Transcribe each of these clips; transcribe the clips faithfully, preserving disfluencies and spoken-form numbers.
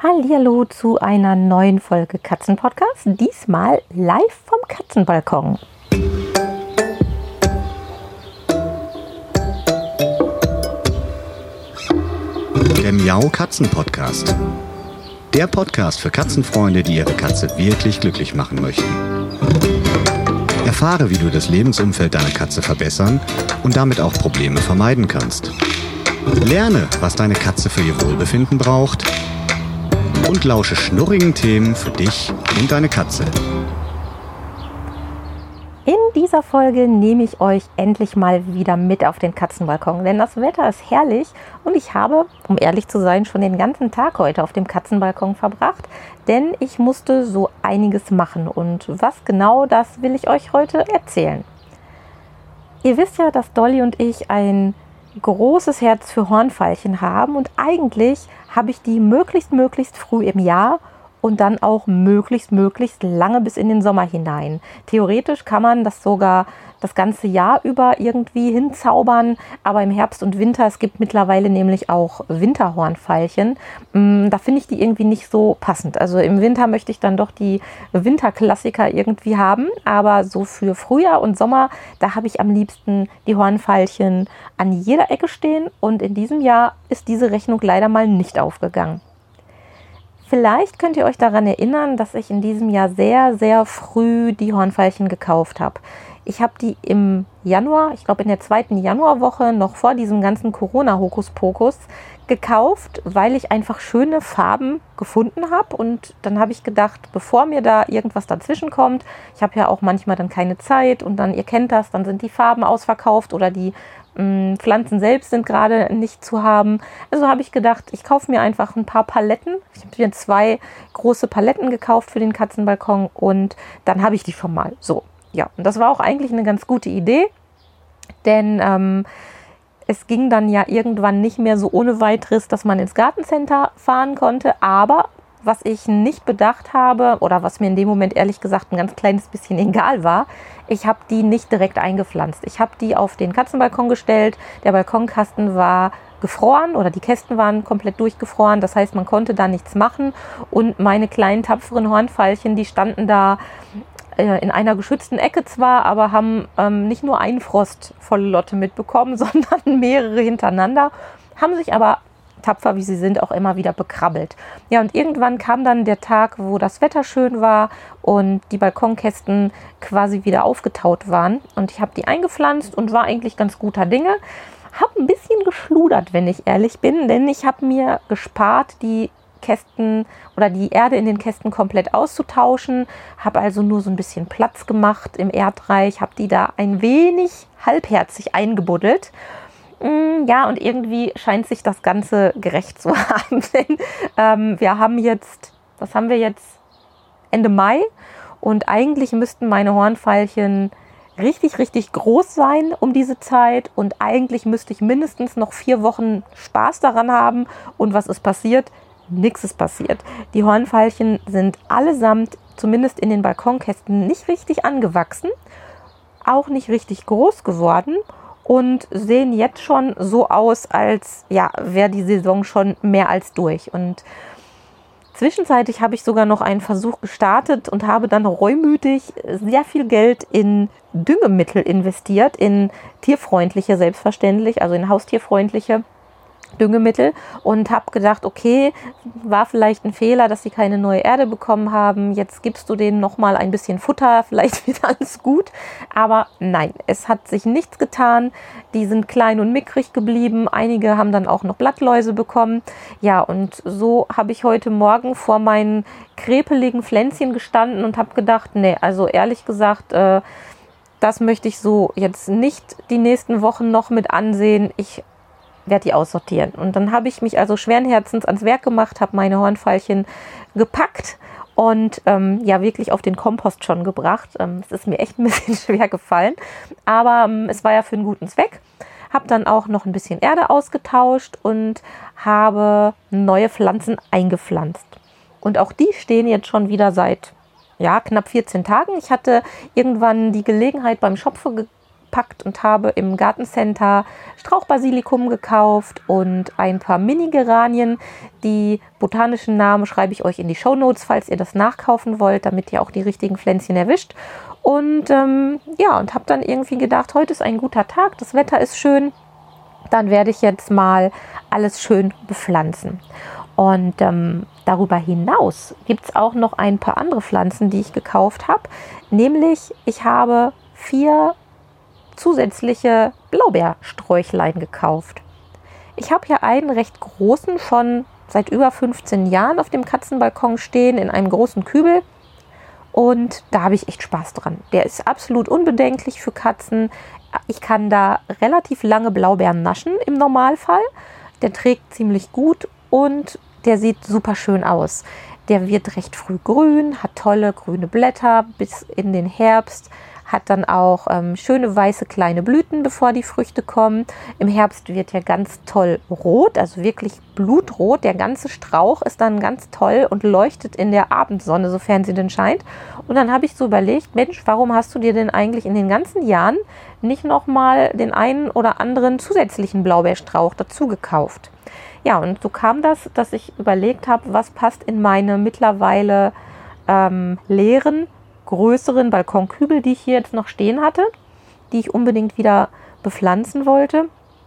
Hallihallo zu einer neuen Folge Katzenpodcast, diesmal live vom Katzenbalkon. Der Miau Katzen Podcast. Der Podcast für Katzenfreunde, die ihre Katze wirklich glücklich machen möchten. Erfahre, wie du das Lebensumfeld deiner Katze verbessern und damit auch Probleme vermeiden kannst. Lerne, was deine Katze für ihr Wohlbefinden braucht und lausche schnurrigen Themen für dich und deine Katze. In dieser Folge nehme ich euch endlich mal wieder mit auf den Katzenbalkon, denn das Wetter ist herrlich und ich habe, um ehrlich zu sein, schon den ganzen Tag heute auf dem Katzenbalkon verbracht, denn ich musste so einiges machen und was genau, das will ich euch heute erzählen. Ihr wisst ja, dass Dolly und ich ein großes Herz für Hornfeilchen haben und eigentlich habe ich die möglichst, möglichst früh im Jahr und dann auch möglichst, möglichst lange bis in den Sommer hinein. Theoretisch kann man das sogar das ganze Jahr über irgendwie hinzaubern, aber im Herbst und Winter, es gibt mittlerweile nämlich auch Winterhornfeilchen, da finde ich die irgendwie nicht so passend. Also im Winter möchte ich dann doch die Winterklassiker irgendwie haben, aber so für Frühjahr und Sommer, da habe ich am liebsten die Hornfeilchen an jeder Ecke stehen und in diesem Jahr ist diese Rechnung leider mal nicht aufgegangen. Vielleicht könnt ihr euch daran erinnern, dass ich in diesem Jahr sehr, sehr früh die Hornfeilchen gekauft habe. Ich habe die im Januar, ich glaube in der zweiten Januarwoche, noch vor diesem ganzen Corona-Hokuspokus gekauft, weil ich einfach schöne Farben gefunden habe. Und dann habe ich gedacht, bevor mir da irgendwas dazwischen kommt, ich habe ja auch manchmal dann keine Zeit und dann, ihr kennt das, dann sind die Farben ausverkauft oder die mh, Pflanzen selbst sind gerade nicht zu haben. Also habe ich gedacht, ich kaufe mir einfach ein paar Paletten. Ich habe mir zwei große Paletten gekauft für den Katzenbalkon und dann habe ich die schon mal so. Ja, und das war auch eigentlich eine ganz gute Idee, denn ähm, es ging dann ja irgendwann nicht mehr so ohne weiteres, dass man ins Gartencenter fahren konnte. Aber was ich nicht bedacht habe oder was mir in dem Moment ehrlich gesagt ein ganz kleines bisschen egal war, ich habe die nicht direkt eingepflanzt. Ich habe die auf den Katzenbalkon gestellt. Der Balkonkasten war gefroren oder die Kästen waren komplett durchgefroren. Das heißt, man konnte da nichts machen. Und meine kleinen tapferen Hornfeilchen, die standen da in einer geschützten Ecke zwar, aber haben ähm, nicht nur einen Frost volle Lotte mitbekommen, sondern mehrere hintereinander, haben sich aber tapfer, wie sie sind, auch immer wieder bekrabbelt. Ja, und irgendwann kam dann der Tag, wo das Wetter schön war und die Balkonkästen quasi wieder aufgetaut waren. Und ich habe die eingepflanzt und war eigentlich ganz guter Dinge. Habe ein bisschen geschludert, wenn ich ehrlich bin, denn ich habe mir gespart, die Kästen oder die Erde in den Kästen komplett auszutauschen, habe also nur so ein bisschen Platz gemacht im Erdreich, habe die da ein wenig halbherzig eingebuddelt. Ja, und irgendwie scheint sich das Ganze gerecht zu haben, denn ähm, wir haben jetzt, was haben wir jetzt? Ende Mai und eigentlich müssten meine Hornfeilchen richtig, richtig groß sein um diese Zeit und eigentlich müsste ich mindestens noch vier Wochen Spaß daran haben und was ist passiert? Nichts ist passiert. Die Hornfeilchen sind allesamt, zumindest in den Balkonkästen, nicht richtig angewachsen, auch nicht richtig groß geworden und sehen jetzt schon so aus, als ja, wäre die Saison schon mehr als durch. Und zwischenzeitlich habe ich sogar noch einen Versuch gestartet und habe dann reumütig sehr viel Geld in Düngemittel investiert, in tierfreundliche selbstverständlich, also in haustierfreundliche Düngemittel und habe gedacht, okay, war vielleicht ein Fehler, dass sie keine neue Erde bekommen haben. Jetzt gibst du denen nochmal ein bisschen Futter, vielleicht wird alles gut. Aber nein, es hat sich nichts getan. Die sind klein und mickrig geblieben. Einige haben dann auch noch Blattläuse bekommen. Ja, und so habe ich heute Morgen vor meinen krepeligen Pflänzchen gestanden und habe gedacht, nee, also ehrlich gesagt, äh, das möchte ich so jetzt nicht die nächsten Wochen noch mit ansehen. Ich werde die aussortieren. Und dann habe ich mich also schweren Herzens ans Werk gemacht, habe meine Hornfeilchen gepackt und ähm, ja wirklich auf den Kompost schon gebracht. Ähm, es ist mir echt ein bisschen schwer gefallen, aber ähm, es war ja für einen guten Zweck. Habe dann auch noch ein bisschen Erde ausgetauscht und habe neue Pflanzen eingepflanzt. Und auch die stehen jetzt schon wieder seit ja, knapp vierzehn Tagen. Ich hatte irgendwann die Gelegenheit beim Schopfe ge- ausgepackt und habe im Gartencenter Strauchbasilikum gekauft und ein paar Mini-Geranien. Die botanischen Namen schreibe ich euch in die Shownotes, falls ihr das nachkaufen wollt, damit ihr auch die richtigen Pflänzchen erwischt. Und ähm, ja, und habe dann irgendwie gedacht, heute ist ein guter Tag, das Wetter ist schön, dann werde ich jetzt mal alles schön bepflanzen. Und ähm, darüber hinaus gibt es auch noch ein paar andere Pflanzen, die ich gekauft habe. Nämlich, ich habe vier zusätzliche Blaubeersträuchlein gekauft. Ich habe hier einen recht großen, schon seit über fünfzehn Jahren auf dem Katzenbalkon stehen, in einem großen Kübel. Und da habe ich echt Spaß dran. Der ist absolut unbedenklich für Katzen. Ich kann da relativ lange Blaubeeren naschen im Normalfall. Der trägt ziemlich gut und der sieht super schön aus. Der wird recht früh grün, hat tolle grüne Blätter bis in den Herbst, hat dann auch ähm, schöne weiße kleine Blüten, bevor die Früchte kommen. Im Herbst wird er ganz toll rot, also wirklich blutrot. Der ganze Strauch ist dann ganz toll und leuchtet in der Abendsonne, sofern sie denn scheint. Und dann habe ich so überlegt, Mensch, warum hast du dir denn eigentlich in den ganzen Jahren nicht nochmal den einen oder anderen zusätzlichen Blaubeerstrauch dazu gekauft? Ja, und so kam das, dass ich überlegt habe, was passt in meine mittlerweile ähm, leeren, größeren Balkonkübel, die ich hier jetzt noch stehen hatte, die ich unbedingt wieder bepflanzen wollte.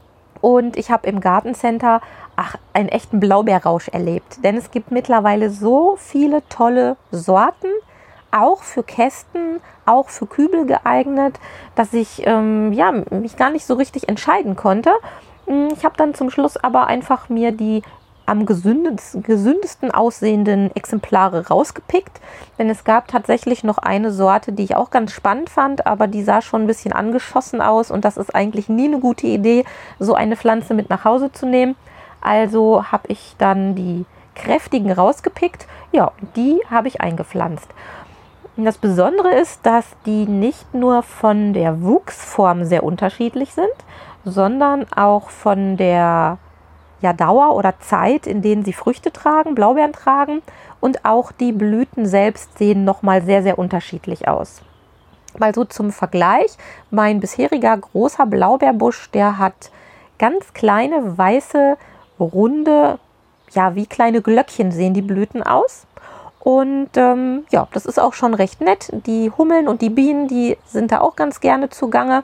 Und ich habe im Gartencenter ach, einen echten Blaubeerrausch erlebt. Denn es gibt mittlerweile so viele tolle Sorten, auch für Kästen, auch für Kübel geeignet, dass ich ähm, ja, mich gar nicht so richtig entscheiden konnte. Ich habe dann zum Schluss aber einfach mir die am gesündesten, gesündesten aussehenden Exemplare rausgepickt, denn es gab tatsächlich noch eine Sorte, die ich auch ganz spannend fand, aber die sah schon ein bisschen angeschossen aus und das ist eigentlich nie eine gute Idee, so eine Pflanze mit nach Hause zu nehmen. Also habe ich dann die kräftigen rausgepickt, ja, und die habe ich eingepflanzt. Und das Besondere ist, dass die nicht nur von der Wuchsform sehr unterschiedlich sind, sondern auch von der ja, Dauer oder Zeit, in denen sie Früchte tragen, Blaubeeren tragen, und auch die Blüten selbst sehen nochmal sehr, sehr unterschiedlich aus. Mal so zum Vergleich, mein bisheriger großer Blaubeerbusch, der hat ganz kleine, weiße, runde, ja, wie kleine Glöckchen sehen die Blüten aus. Und ähm, ja, das ist auch schon recht nett. Die Hummeln und die Bienen, die sind da auch ganz gerne zugange.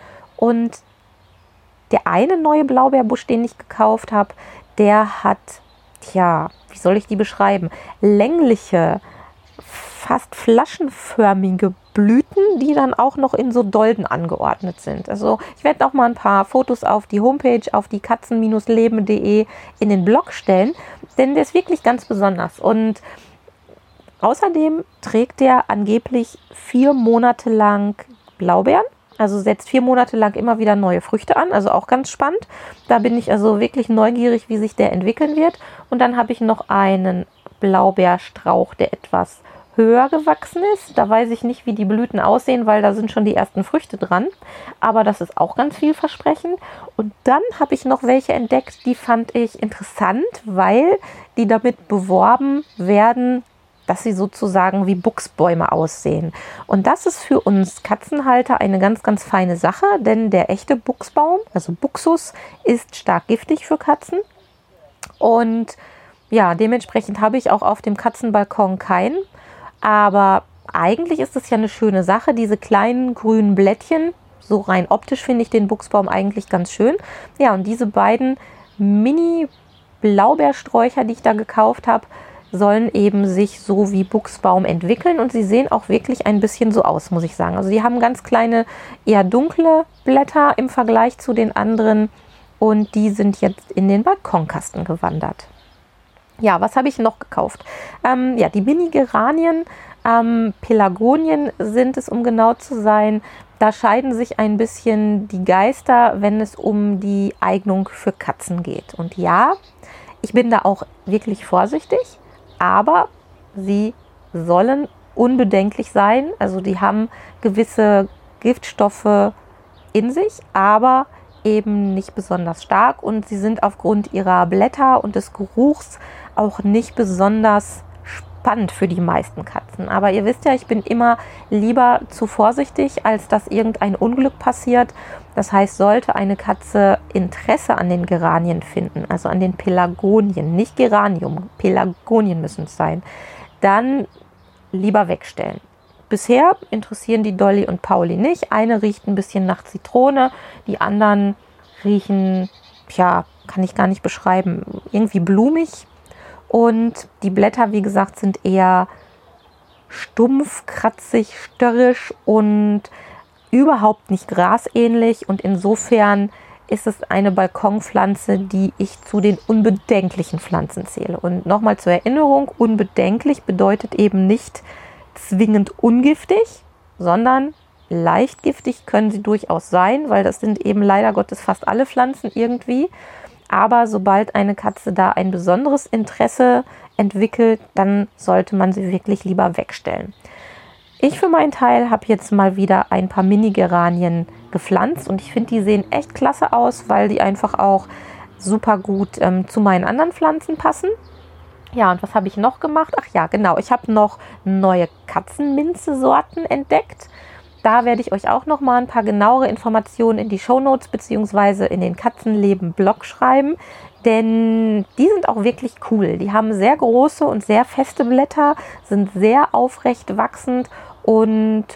Und der eine neue Blaubeerbusch, den ich gekauft habe, der hat, tja, wie soll ich die beschreiben? Längliche, fast flaschenförmige Blüten, die dann auch noch in so Dolden angeordnet sind. Also ich werde auch mal ein paar Fotos auf die Homepage, auf die katzen leben punkt de in den Blog stellen, denn der ist wirklich ganz besonders. Und außerdem trägt der angeblich vier Monate lang Blaubeeren. Also setzt vier Monate lang immer wieder neue Früchte an, also auch ganz spannend. Da bin ich also wirklich neugierig, wie sich der entwickeln wird. Und dann habe ich noch einen Blaubeerstrauch, der etwas höher gewachsen ist. Da weiß ich nicht, wie die Blüten aussehen, weil da sind schon die ersten Früchte dran. Aber das ist auch ganz vielversprechend. Und dann habe ich noch welche entdeckt, die fand ich interessant, weil die damit beworben werden, dass sie sozusagen wie Buchsbäume aussehen. Und das ist für uns Katzenhalter eine ganz, ganz feine Sache, denn der echte Buchsbaum, also Buxus, ist stark giftig für Katzen. Und ja, dementsprechend habe ich auch auf dem Katzenbalkon keinen. Aber eigentlich ist es ja eine schöne Sache, diese kleinen grünen Blättchen. So rein optisch finde ich den Buchsbaum eigentlich ganz schön. Ja, und diese beiden Mini-Blaubeersträucher, die ich da gekauft habe, sollen eben sich so wie Buchsbaum entwickeln und sie sehen auch wirklich ein bisschen so aus, muss ich sagen. Also die haben ganz kleine, eher dunkle Blätter im Vergleich zu den anderen und die sind jetzt in den Balkonkasten gewandert. Ja, was habe ich noch gekauft? Ähm, ja, die Mini-Geranien, ähm, Pelargonien sind es, um genau zu sein. Da scheiden sich ein bisschen die Geister, wenn es um die Eignung für Katzen geht. Und ja, ich bin da auch wirklich vorsichtig. Aber sie sollen unbedenklich sein. Also die haben gewisse Giftstoffe in sich, aber eben nicht besonders stark. Und sie sind aufgrund ihrer Blätter und des Geruchs auch nicht besonders spannend für die meisten Katzen. Aber ihr wisst ja, ich bin immer lieber zu vorsichtig, als dass irgendein Unglück passiert. Das heißt, sollte eine Katze Interesse an den Geranien finden, also an den Pelagonien, nicht Geranium, Pelagonien müssen es sein, dann lieber wegstellen. Bisher interessieren die Dolly und Pauli nicht. Eine riecht ein bisschen nach Zitrone, die anderen riechen, ja, kann ich gar nicht beschreiben, irgendwie blumig. Und die Blätter, wie gesagt, sind eher stumpf, kratzig, störrisch und überhaupt nicht grasähnlich. Und insofern ist es eine Balkonpflanze, die ich zu den unbedenklichen Pflanzen zähle. Und nochmal zur Erinnerung, unbedenklich bedeutet eben nicht zwingend ungiftig, sondern leicht giftig können sie durchaus sein, weil das sind eben leider Gottes fast alle Pflanzen irgendwie. Aber sobald eine Katze da ein besonderes Interesse entwickelt, dann sollte man sie wirklich lieber wegstellen. Ich für meinen Teil habe jetzt mal wieder ein paar Mini-Geranien gepflanzt und ich finde, die sehen echt klasse aus, weil die einfach auch super gut ähm, zu meinen anderen Pflanzen passen. Ja, und was habe ich noch gemacht? Ach ja, genau, ich habe noch neue Katzenminze-Sorten entdeckt. Da werde ich euch auch noch mal ein paar genauere Informationen in die Shownotes bzw. in den Katzenleben-Blog schreiben, denn die sind auch wirklich cool. Die haben sehr große und sehr feste Blätter, sind sehr aufrecht wachsend und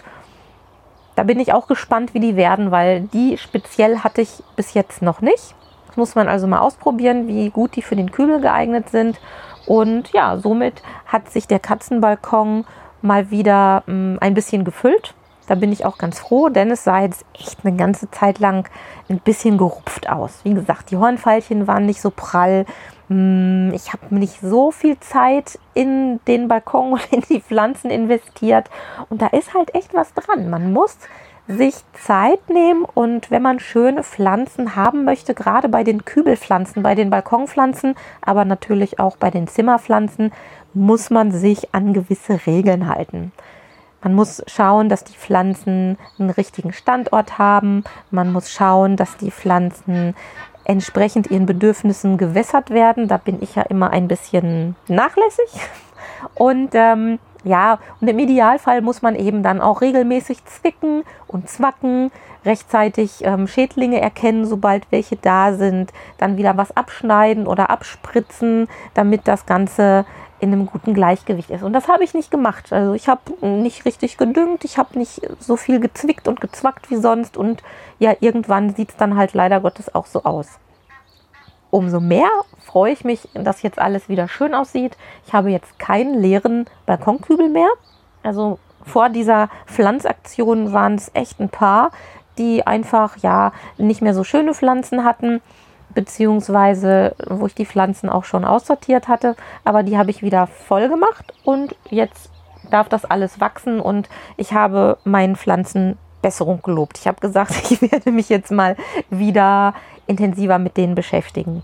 da bin ich auch gespannt, wie die werden, weil die speziell hatte ich bis jetzt noch nicht. Das muss man also mal ausprobieren, wie gut die für den Kübel geeignet sind. Und ja, somit hat sich der Katzenbalkon mal wieder mh, ein bisschen gefüllt. Da bin ich auch ganz froh, denn es sah jetzt echt eine ganze Zeit lang ein bisschen gerupft aus. Wie gesagt, die Hornfeilchen waren nicht so prall. Ich habe nicht so viel Zeit in den Balkon und in die Pflanzen investiert. Und da ist halt echt was dran. Man muss sich Zeit nehmen und wenn man schöne Pflanzen haben möchte, gerade bei den Kübelpflanzen, bei den Balkonpflanzen, aber natürlich auch bei den Zimmerpflanzen, muss man sich an gewisse Regeln halten. Man muss schauen, dass die Pflanzen einen richtigen Standort haben. Man muss schauen, dass die Pflanzen entsprechend ihren Bedürfnissen gewässert werden. Da bin ich ja immer ein bisschen nachlässig. Und ähm, ja, und im Idealfall muss man eben dann auch regelmäßig zwicken und zwacken, rechtzeitig ähm, Schädlinge erkennen, sobald welche da sind, dann wieder was abschneiden oder abspritzen, damit das Ganze in einem guten Gleichgewicht ist. Und das habe ich nicht gemacht. Also ich habe nicht richtig gedüngt, ich habe nicht so viel gezwickt und gezwackt wie sonst und ja, irgendwann sieht es dann halt leider Gottes auch so aus. Umso mehr freue ich mich, dass jetzt alles wieder schön aussieht. Ich habe jetzt keinen leeren Balkonkübel mehr. Also vor dieser Pflanzaktion waren es echt ein paar, die einfach ja nicht mehr so schöne Pflanzen hatten, beziehungsweise wo ich die Pflanzen auch schon aussortiert hatte, aber die habe ich wieder voll gemacht und jetzt darf das alles wachsen und ich habe meinen Pflanzen Besserung gelobt. Ich habe gesagt, ich werde mich jetzt mal wieder intensiver mit denen beschäftigen.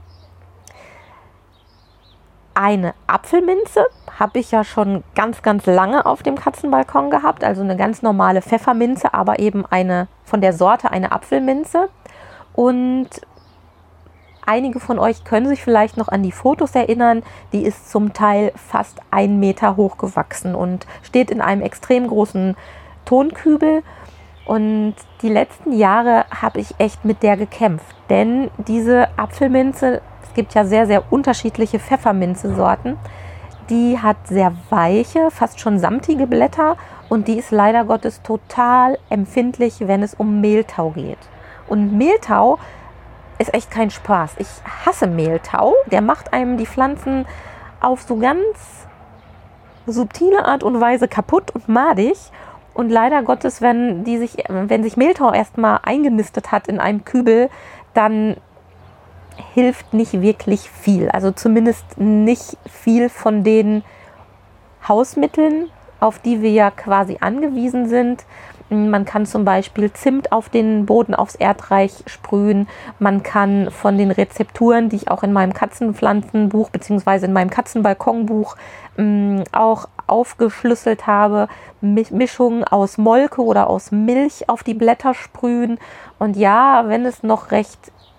Eine Apfelminze habe ich ja schon ganz, ganz lange auf dem Katzenbalkon gehabt, also eine ganz normale Pfefferminze, aber eben eine von der Sorte eine Apfelminze und einige von euch können sich vielleicht noch an die Fotos erinnern. Die ist zum Teil fast einen Meter hoch gewachsen und steht in einem extrem großen Tonkübel. Und die letzten Jahre habe ich echt mit der gekämpft. Denn diese Apfelminze, es gibt ja sehr, sehr unterschiedliche Pfefferminze-Sorten, die hat sehr weiche, fast schon samtige Blätter und die ist leider Gottes total empfindlich, wenn es um Mehltau geht. Und Mehltau ist echt kein Spaß. Ich hasse Mehltau. Der macht einem die Pflanzen auf so ganz subtile Art und Weise kaputt und madig. Und leider Gottes, wenn, die sich, wenn sich Mehltau erstmal eingenistet hat in einem Kübel, dann hilft nicht wirklich viel. Also zumindest nicht viel von den Hausmitteln, auf die wir ja quasi angewiesen sind. Man kann zum Beispiel Zimt auf den Boden, aufs Erdreich sprühen. Man kann von den Rezepturen, die ich auch in meinem Katzenpflanzenbuch bzw. in meinem Katzenbalkonbuch mh, auch aufgeschlüsselt habe, Mischungen aus Molke oder aus Milch auf die Blätter sprühen. Und ja, wenn es noch recht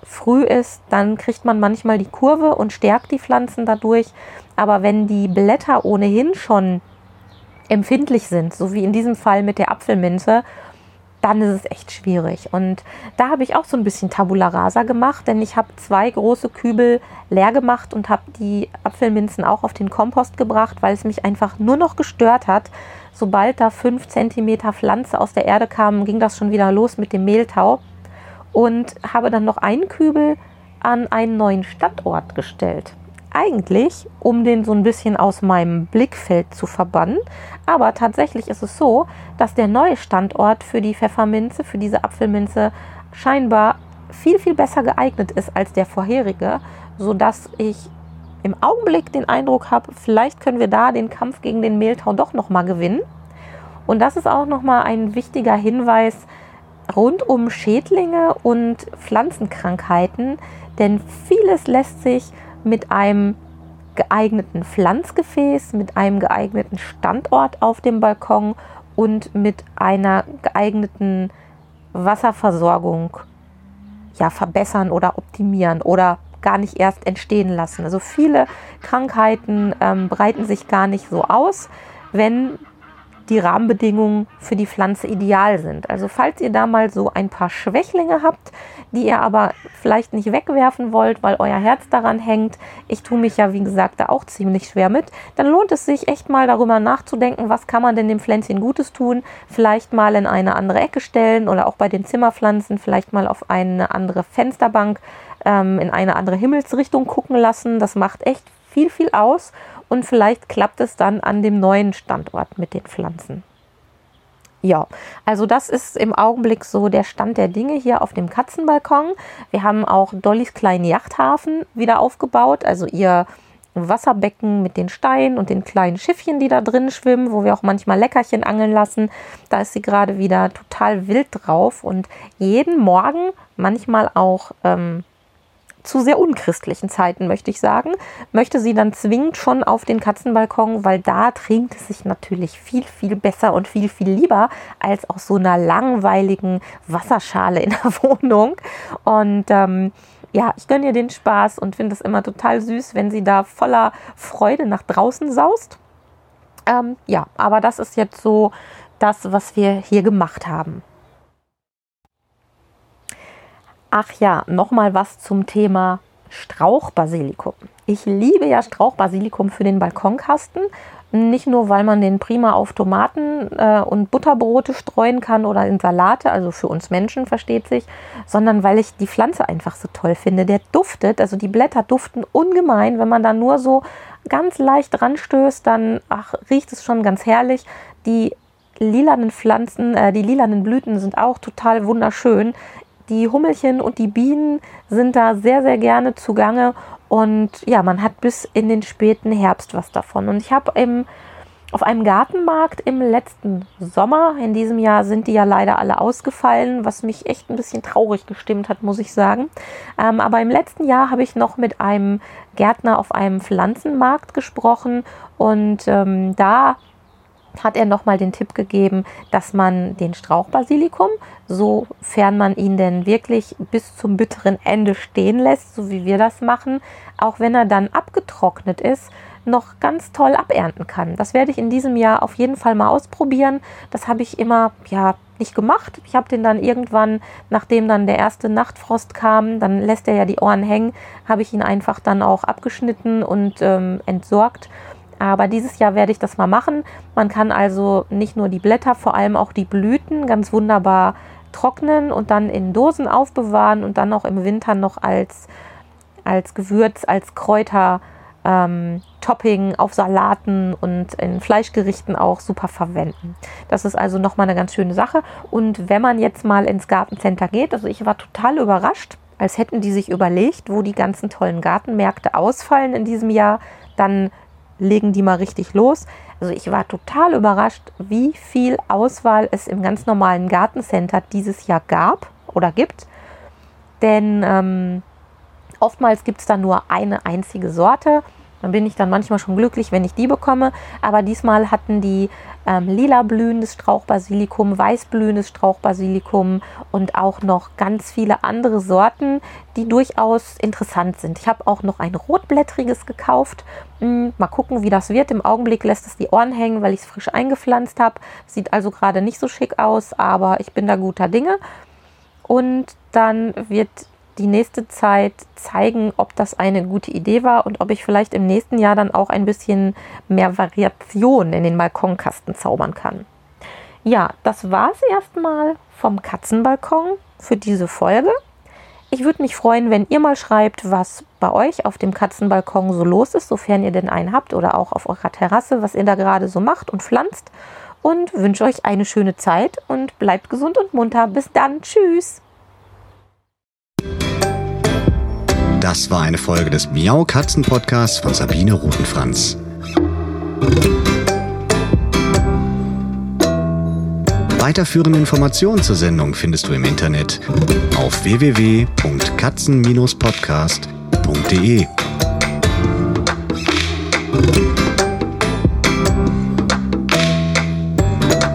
früh ist, dann kriegt man manchmal die Kurve und stärkt die Pflanzen dadurch. Aber wenn die Blätter ohnehin schon empfindlich sind, so wie in diesem Fall mit der Apfelminze, dann ist es echt schwierig. Und da habe ich auch so ein bisschen Tabula Rasa gemacht, denn ich habe zwei große Kübel leer gemacht und habe die Apfelminzen auch auf den Kompost gebracht, weil es mich einfach nur noch gestört hat. Sobald da fünf Zentimeter Pflanze aus der Erde kam, ging das schon wieder los mit dem Mehltau. Und habe dann noch einen Kübel an einen neuen Standort gestellt. Eigentlich, um den so ein bisschen aus meinem Blickfeld zu verbannen. Aber tatsächlich ist es so, dass der neue Standort für die Pfefferminze, für diese Apfelminze, scheinbar viel, viel besser geeignet ist als der vorherige, sodass ich im Augenblick den Eindruck habe, vielleicht können wir da den Kampf gegen den Mehltau doch nochmal gewinnen. Und das ist auch nochmal ein wichtiger Hinweis rund um Schädlinge und Pflanzenkrankheiten, denn vieles lässt sich mit einem geeigneten Pflanzgefäß, mit einem geeigneten Standort auf dem Balkon und mit einer geeigneten Wasserversorgung ja, verbessern oder optimieren oder gar nicht erst entstehen lassen. Also viele Krankheiten ähm, breiten sich gar nicht so aus, wenn die Rahmenbedingungen für die Pflanze ideal sind. Also falls ihr da mal so ein paar Schwächlinge habt, die ihr aber vielleicht nicht wegwerfen wollt, weil euer Herz daran hängt, ich tue mich ja wie gesagt da auch ziemlich schwer mit, dann lohnt es sich echt mal darüber nachzudenken, was kann man denn dem Pflänzchen Gutes tun, vielleicht mal in eine andere Ecke stellen oder auch bei den Zimmerpflanzen vielleicht mal auf eine andere Fensterbank, ähm, in eine andere Himmelsrichtung gucken lassen. Das macht echt viel, viel aus. Und vielleicht klappt es dann an dem neuen Standort mit den Pflanzen. Ja, also das ist im Augenblick so der Stand der Dinge hier auf dem Katzenbalkon. Wir haben auch Dollys kleinen Yachthafen wieder aufgebaut, also ihr Wasserbecken mit den Steinen und den kleinen Schiffchen, die da drin schwimmen, wo wir auch manchmal Leckerchen angeln lassen. Da ist sie gerade wieder total wild drauf und jeden Morgen, manchmal auch ähm, zu sehr unchristlichen Zeiten, möchte ich sagen, möchte sie dann zwingend schon auf den Katzenbalkon, weil da trinkt es sich natürlich viel, viel besser und viel, viel lieber als aus so einer langweiligen Wasserschale in der Wohnung. Und ähm, ja, ich gönne ihr den Spaß und finde es immer total süß, wenn sie da voller Freude nach draußen saust. Ähm, ja, aber das ist jetzt so das, was wir hier gemacht haben. Ach ja, nochmal was zum Thema Strauchbasilikum. Ich liebe ja Strauchbasilikum für den Balkonkasten. Nicht nur, weil man den prima auf Tomaten äh, und Butterbrote streuen kann oder in Salate, also für uns Menschen, versteht sich, sondern weil ich die Pflanze einfach so toll finde. Der duftet, also die Blätter duften ungemein. Wenn man da nur so ganz leicht ranstößt, dann ach, riecht es schon ganz herrlich. Die lilanen Pflanzen, äh, die lilanen Blüten sind auch total wunderschön. Die Hummelchen und die Bienen sind da sehr, sehr gerne zugange und ja, man hat bis in den späten Herbst was davon. Und ich habe im auf einem Gartenmarkt im letzten Sommer, in diesem Jahr sind die ja leider alle ausgefallen, was mich echt ein bisschen traurig gestimmt hat, muss ich sagen. Ähm, aber im letzten Jahr habe ich noch mit einem Gärtner auf einem Pflanzenmarkt gesprochen und ähm, da hat er nochmal den Tipp gegeben, dass man den Strauchbasilikum, sofern man ihn denn wirklich bis zum bitteren Ende stehen lässt, so wie wir das machen, auch wenn er dann abgetrocknet ist, noch ganz toll abernten kann. Das werde ich in diesem Jahr auf jeden Fall mal ausprobieren. Das habe ich immer ja nicht gemacht. Ich habe den dann irgendwann, nachdem dann der erste Nachtfrost kam, dann lässt er ja die Ohren hängen, habe ich ihn einfach dann auch abgeschnitten und ähm, entsorgt. Aber dieses Jahr werde ich das mal machen. Man kann also nicht nur die Blätter, vor allem auch die Blüten ganz wunderbar trocknen und dann in Dosen aufbewahren und dann auch im Winter noch als, als Gewürz, als Kräuter, ähm, Topping auf Salaten und in Fleischgerichten auch super verwenden. Das ist also nochmal eine ganz schöne Sache. Und wenn man jetzt mal ins Gartencenter geht, also ich war total überrascht, als hätten die sich überlegt, wo die ganzen tollen Gartenmärkte ausfallen in diesem Jahr, dann legen die mal richtig los. Also ich war total überrascht, wie viel Auswahl es im ganz normalen Gartencenter dieses Jahr gab oder gibt. Denn ähm, oftmals gibt es da nur eine einzige Sorte. Dann bin ich dann manchmal schon glücklich, wenn ich die bekomme. Aber diesmal hatten die ähm, lila blühendes Strauchbasilikum, weiß blühendes Strauchbasilikum und auch noch ganz viele andere Sorten, die durchaus interessant sind. Ich habe auch noch ein rotblättriges gekauft. Hm, mal gucken, wie das wird. Im Augenblick lässt es die Ohren hängen, weil ich es frisch eingepflanzt habe. Sieht also gerade nicht so schick aus, aber ich bin da guter Dinge. Und dann wird die nächste Zeit zeigen, ob das eine gute Idee war und ob ich vielleicht im nächsten Jahr dann auch ein bisschen mehr Variation in den Balkonkasten zaubern kann. Ja, das war es erstmal vom Katzenbalkon für diese Folge. Ich würde mich freuen, wenn ihr mal schreibt, was bei euch auf dem Katzenbalkon so los ist, sofern ihr denn einen habt, oder auch auf eurer Terrasse, was ihr da gerade so macht und pflanzt. Und wünsche euch eine schöne Zeit und bleibt gesund und munter. Bis dann. Tschüss. Das war eine Folge des Miau Katzen Podcasts von Sabine Rutenfranz. Weiterführende Informationen zur Sendung findest du im Internet auf w w w punkt katzen Bindestrich podcast punkt d e.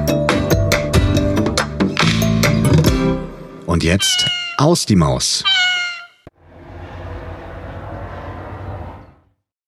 Und jetzt aus die Maus.